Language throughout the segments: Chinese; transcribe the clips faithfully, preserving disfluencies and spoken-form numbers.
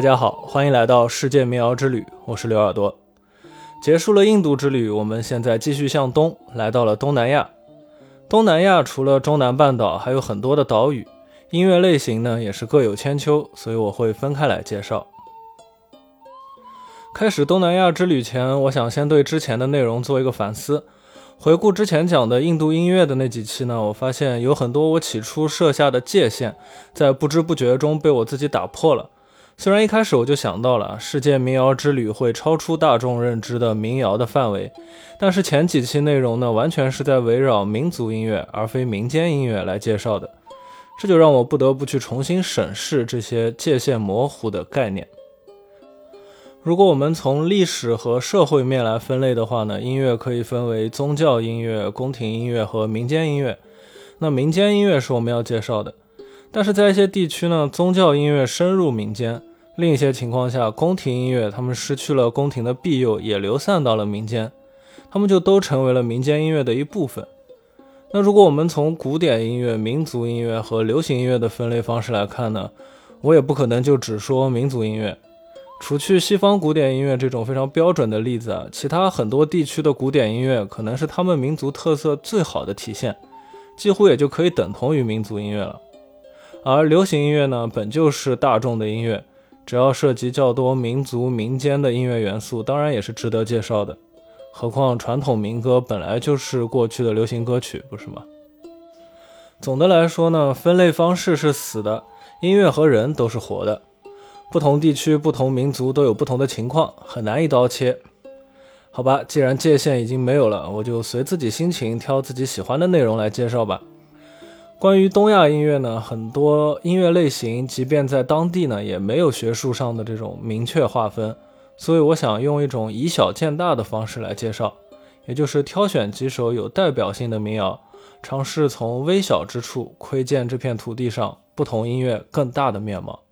大家好，欢迎来到世界民谣之旅，我是刘耳朵。结束了印度之旅，我们现在继续向东，来到了东南亚。东南亚除了中南半岛，还有很多的岛屿，音乐类型呢也是各有千秋，所以我会分开来介绍。开始东南亚之旅前，我想先对之前的内容做一个反思。回顾之前讲的印度音乐的那几期呢，我发现有很多我起初设下的界限，在不知不觉中被我自己打破了。虽然一开始我就想到了世界民谣之旅会超出大众认知的民谣的范围，但是前几期内容呢，完全是在围绕民族音乐而非民间音乐来介绍的，这就让我不得不去重新审视这些界限模糊的概念。如果我们从历史和社会面来分类的话呢，音乐可以分为宗教音乐、宫廷音乐和民间音乐。那民间音乐是我们要介绍的，但是在一些地区呢，宗教音乐深入民间，另一些情况下，宫廷音乐他们失去了宫廷的庇佑，也流散到了民间，他们就都成为了民间音乐的一部分。那如果我们从古典音乐、民族音乐和流行音乐的分类方式来看呢，我也不可能就只说民族音乐。除去西方古典音乐这种非常标准的例子啊，其他很多地区的古典音乐可能是他们民族特色最好的体现，几乎也就可以等同于民族音乐了。而流行音乐呢，本就是大众的音乐，只要涉及较多民族民间的音乐元素，当然也是值得介绍的。何况传统民歌本来就是过去的流行歌曲，不是吗？总的来说呢，分类方式是死的，音乐和人都是活的。不同地区、不同民族都有不同的情况，很难一刀切。好吧，既然界限已经没有了，我就随自己心情挑自己喜欢的内容来介绍吧。关于东亚音乐呢，很多音乐类型即便在当地呢，也没有学术上的这种明确划分，所以我想用一种以小见大的方式来介绍，也就是挑选几首有代表性的民谣，尝试从微小之处窥见这片土地上不同音乐更大的面貌。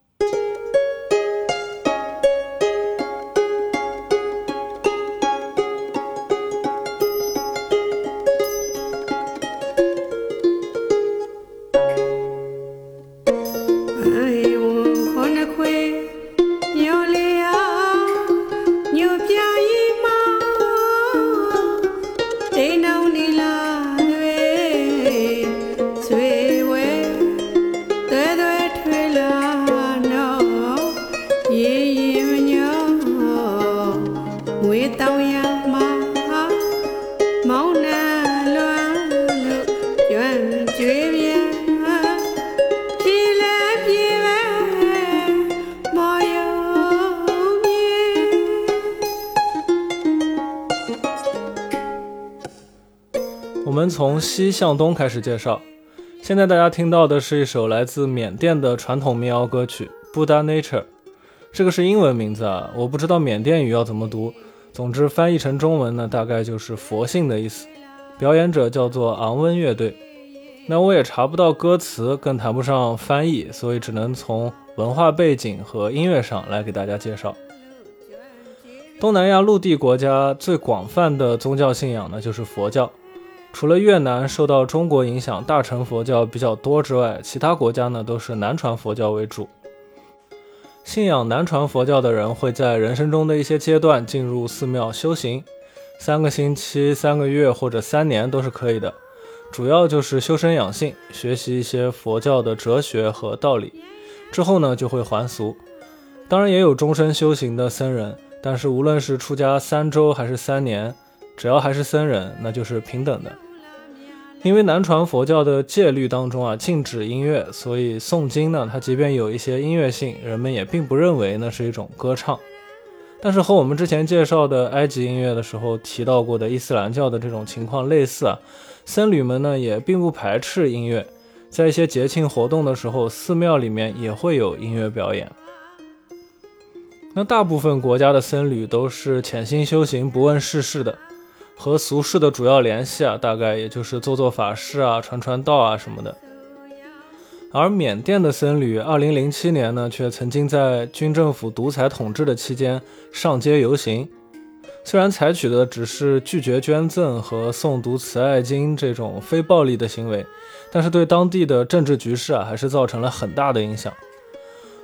我们从西向东开始介绍，现在大家听到的是一首来自缅甸的传统民谣歌曲 Buddha Nature， 这个是英文名字啊，我不知道缅甸语要怎么读，总之翻译成中文呢，大概就是佛性的意思。表演者叫做昂温乐队。那我也查不到歌词，更谈不上翻译，所以只能从文化背景和音乐上来给大家介绍。东南亚陆地国家最广泛的宗教信仰呢，就是佛教。除了越南受到中国影响，大乘佛教比较多之外，其他国家呢都是南传佛教为主。信仰南传佛教的人会在人生中的一些阶段进入寺庙修行，三个星期、三个月或者三年都是可以的。主要就是修身养性，学习一些佛教的哲学和道理，之后呢就会还俗。当然也有终身修行的僧人，但是无论是出家三周还是三年，只要还是僧人，那就是平等的。因为南传佛教的戒律当中啊，禁止音乐，所以诵经呢，它即便有一些音乐性，人们也并不认为那是一种歌唱。但是和我们之前介绍的埃及音乐的时候提到过的伊斯兰教的这种情况类似啊，僧侣们呢也并不排斥音乐，在一些节庆活动的时候，寺庙里面也会有音乐表演。那大部分国家的僧侣都是潜心修行，不问世事的，和俗世的主要联系啊，大概也就是做做法事啊、传传道啊什么的。而缅甸的僧侣二零零七年呢，却曾经在军政府独裁统治的期间上街游行，虽然采取的只是拒绝捐赠和诵读慈爱经这种非暴力的行为，但是对当地的政治局势啊，还是造成了很大的影响。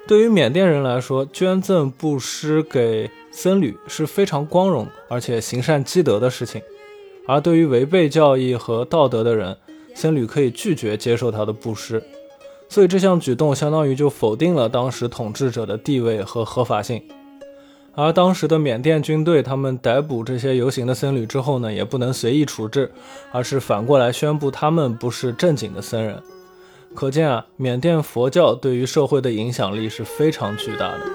对于缅甸人来说，捐赠布施给僧侣是非常光荣而且行善积德的事情，而对于违背教义和道德的人，僧侣可以拒绝接受他的布施。所以这项举动相当于就否定了当时统治者的地位和合法性。而当时的缅甸军队，他们逮捕这些游行的僧侣之后呢，也不能随意处置，而是反过来宣布他们不是正经的僧人。可见啊，缅甸佛教对于社会的影响力是非常巨大的。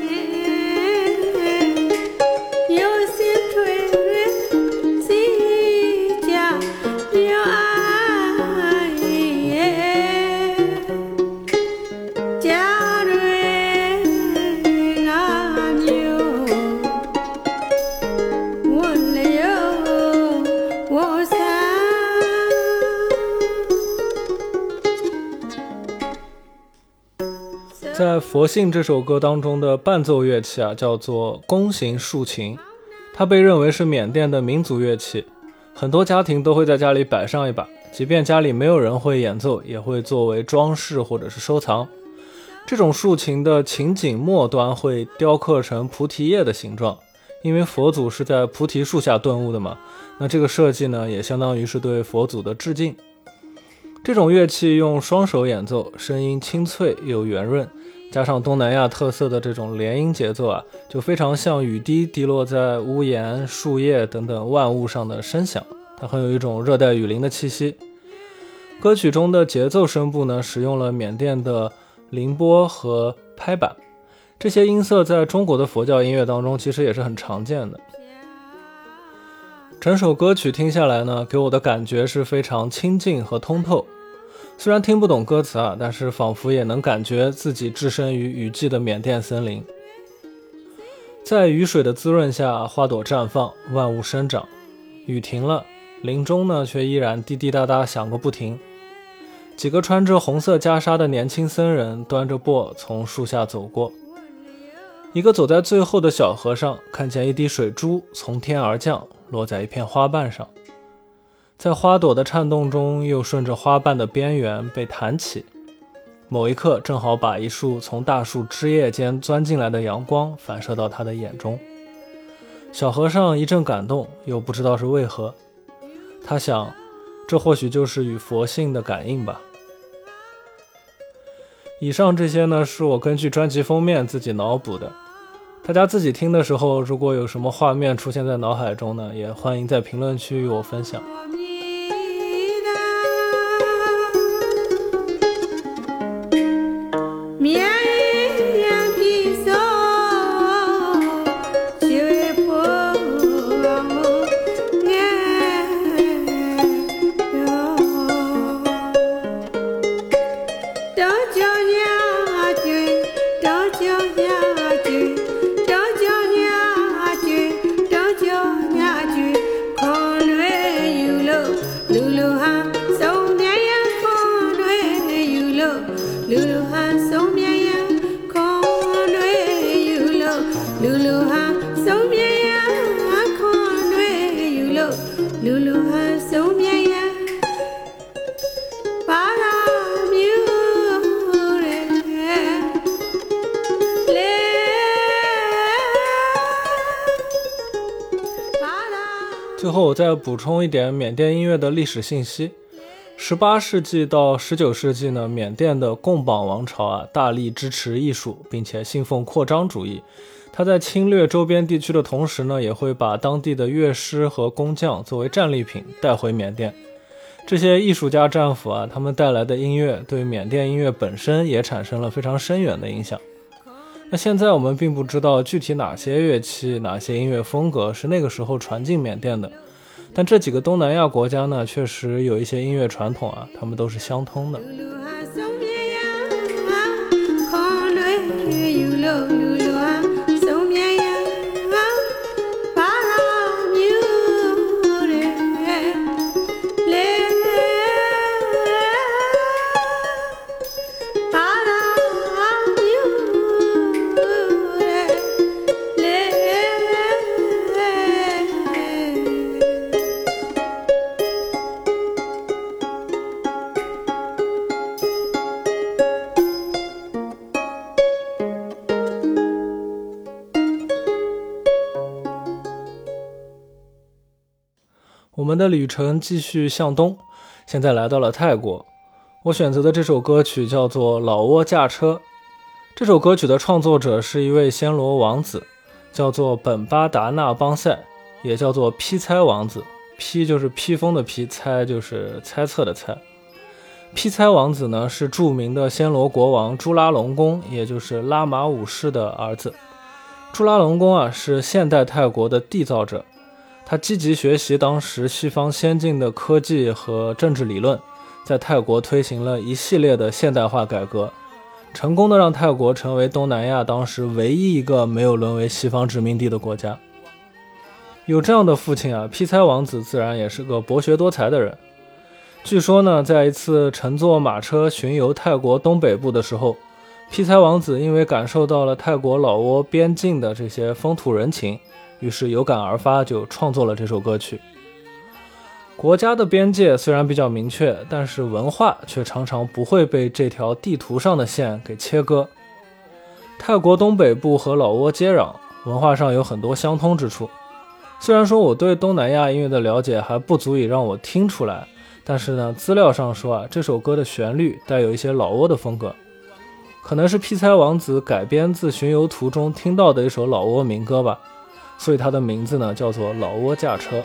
在《佛性》这首歌当中的伴奏乐器啊，叫做弓形竖琴，它被认为是缅甸的民族乐器，很多家庭都会在家里摆上一把，即便家里没有人会演奏，也会作为装饰或者是收藏。这种竖琴的琴颈末端会雕刻成菩提叶的形状，因为佛祖是在菩提树下顿悟的嘛，那这个设计呢，也相当于是对佛祖的致敬。这种乐器用双手演奏，声音清脆又圆润，加上东南亚特色的这种连音节奏啊，就非常像雨滴滴落在屋檐、树叶等等万物上的声响，它很有一种热带雨林的气息。歌曲中的节奏声部呢，使用了缅甸的凌波和拍板，这些音色在中国的佛教音乐当中其实也是很常见的。整首歌曲听下来呢，给我的感觉是非常清静和通透。虽然听不懂歌词啊，但是仿佛也能感觉自己置身于雨季的缅甸森林。在雨水的滋润下，花朵绽放，万物生长。雨停了，林中呢却依然滴滴答答响个不停。几个穿着红色袈裟的年轻僧人端着钵从树下走过。一个走在最后的小和尚看见一滴水珠从天而降，落在一片花瓣上。在花朵的颤动中，又顺着花瓣的边缘被弹起，某一刻正好把一束从大树枝叶间钻进来的阳光反射到他的眼中。小和尚一阵感动，又不知道是为何。他想，这或许就是与佛性的感应吧。以上这些呢，是我根据专辑封面自己脑补的。大家自己听的时候，如果有什么画面出现在脑海中呢，也欢迎在评论区与我分享。最后我再补充一点缅甸音乐的历史信息。十八世纪到十九世纪呢，缅甸的贡榜王朝啊，大力支持艺术，并且信奉扩张主义。他在侵略周边地区的同时呢，也会把当地的乐师和工匠作为战利品带回缅甸。这些艺术家战俘啊，他们带来的音乐对缅甸音乐本身也产生了非常深远的影响。那现在我们并不知道具体哪些乐器、哪些音乐风格是那个时候传进缅甸的，但这几个东南亚国家呢，确实有一些音乐传统啊，他们都是相通的。 我们的旅程继续向东，现在来到了泰国。我选择的这首歌曲叫做《老挝驾车》。这首歌曲的创作者是一位暹罗王子，叫做本巴达纳邦塞，也叫做披猜王子。披就是披风的披，猜就是猜测的猜。披猜王子呢是著名的暹罗国王朱拉隆功，也就是拉玛五世的儿子。朱拉隆功啊是现代泰国的缔造者，他积极学习当时西方先进的科技和政治理论，在泰国推行了一系列的现代化改革，成功的让泰国成为东南亚当时唯一一个没有沦为西方殖民地的国家。有这样的父亲啊，披猜王子自然也是个博学多才的人。据说呢，在一次乘坐马车巡游泰国东北部的时候，披猜王子因为感受到了泰国老挝边境的这些风土人情，于是有感而发，就创作了这首歌曲。国家的边界虽然比较明确，但是文化却常常不会被这条地图上的线给切割。泰国东北部和老挝接壤，文化上有很多相通之处。虽然说我对东南亚音乐的了解还不足以让我听出来，但是呢，资料上说啊，这首歌的旋律带有一些老挝的风格，可能是披猜王子改编自巡游途中听到的一首老挝民歌吧，所以它的名字呢叫做《老挝驾车》。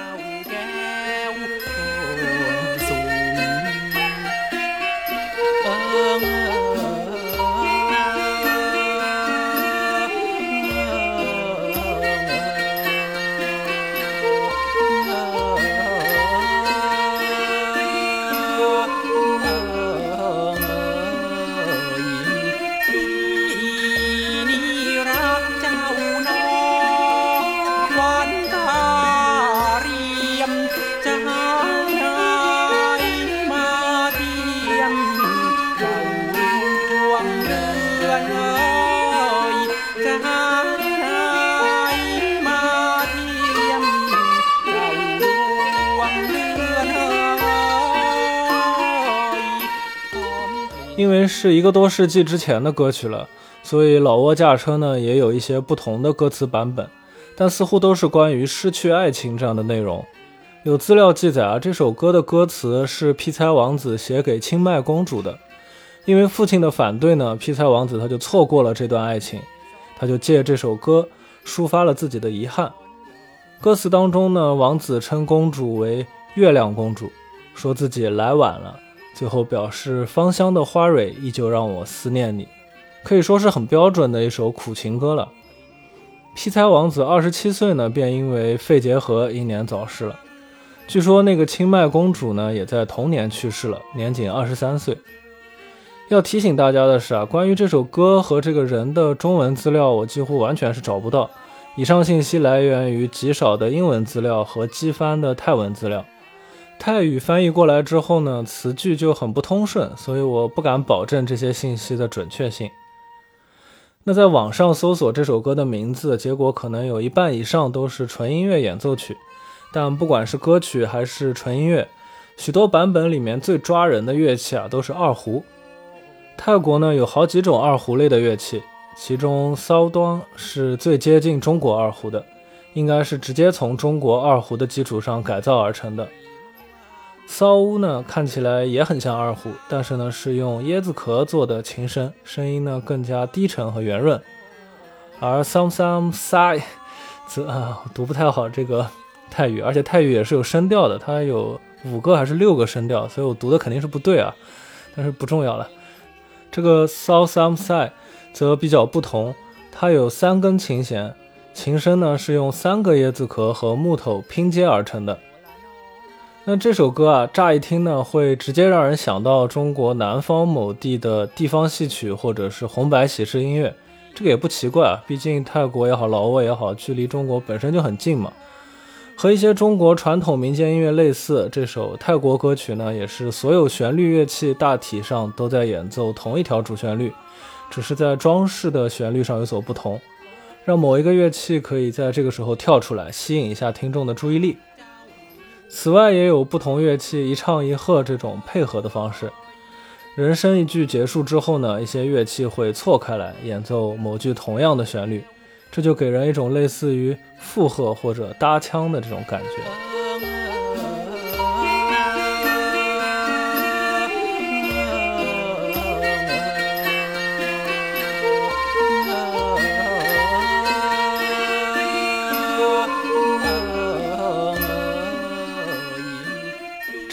因为是一个多世纪之前的歌曲了，所以老挝驾车呢也有一些不同的歌词版本，但似乎都是关于失去爱情这样的内容。有资料记载啊，这首歌的歌词是披猜王子写给清迈公主的，因为父亲的反对呢，披猜王子他就错过了这段爱情，他就借这首歌抒发了自己的遗憾。歌词当中呢，王子称公主为月亮公主，说自己来晚了，最后表示芳香的花蕊依旧让我思念你，可以说是很标准的一首苦情歌了。披猜王子二十七岁呢，便因为肺结核英年早逝了。据说那个清迈公主呢，也在同年去世了，年仅二十三岁。要提醒大家的是啊，关于这首歌和这个人的中文资料，我几乎完全是找不到。以上信息来源于极少的英文资料和机翻的泰文资料。泰语翻译过来之后呢，词句就很不通顺，所以我不敢保证这些信息的准确性。那在网上搜索这首歌的名字，结果可能有一半以上都是纯音乐演奏曲。但不管是歌曲还是纯音乐，许多版本里面最抓人的乐器啊都是二胡。泰国呢有好几种二胡类的乐器，其中骚端是最接近中国二胡的，应该是直接从中国二胡的基础上改造而成的。骚乌呢看起来也很像二胡，但是呢是用椰子壳做的琴声，声音呢更加低沉和圆润。而 sam sam sai 则啊读不太好这个泰语，而且泰语也是有声调的，它有五个还是六个声调，所以我读的肯定是不对啊，但是不重要了。这个 sam sam sai 则比较不同，它有三根琴弦，琴声呢是用三个椰子壳和木头拼接而成的。那这首歌啊，乍一听呢，会直接让人想到中国南方某地的地方戏曲或者是红白喜事音乐，这个也不奇怪啊，毕竟泰国也好，老挝也好，距离中国本身就很近嘛。和一些中国传统民间音乐类似，这首泰国歌曲呢，也是所有旋律乐器大体上都在演奏同一条主旋律，只是在装饰的旋律上有所不同，让某一个乐器可以在这个时候跳出来，吸引一下听众的注意力。此外也有不同乐器一唱一和这种配合的方式，人声一句结束之后呢，一些乐器会错开来演奏某句同样的旋律，这就给人一种类似于附和或者搭腔的这种感觉。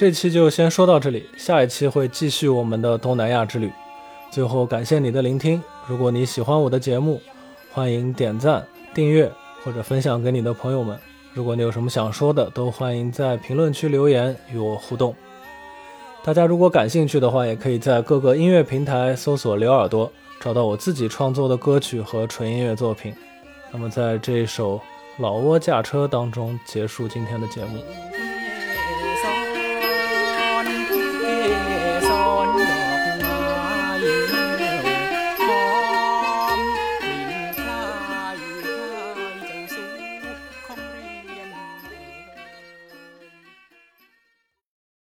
这期就先说到这里，下一期会继续我们的东南亚之旅。最后感谢你的聆听，如果你喜欢我的节目，欢迎点赞、订阅或者分享给你的朋友们。如果你有什么想说的，都欢迎在评论区留言与我互动。大家如果感兴趣的话，也可以在各个音乐平台搜索刘耳朵，找到我自己创作的歌曲和纯音乐作品。那么在这一首老挝驾车当中结束今天的节目。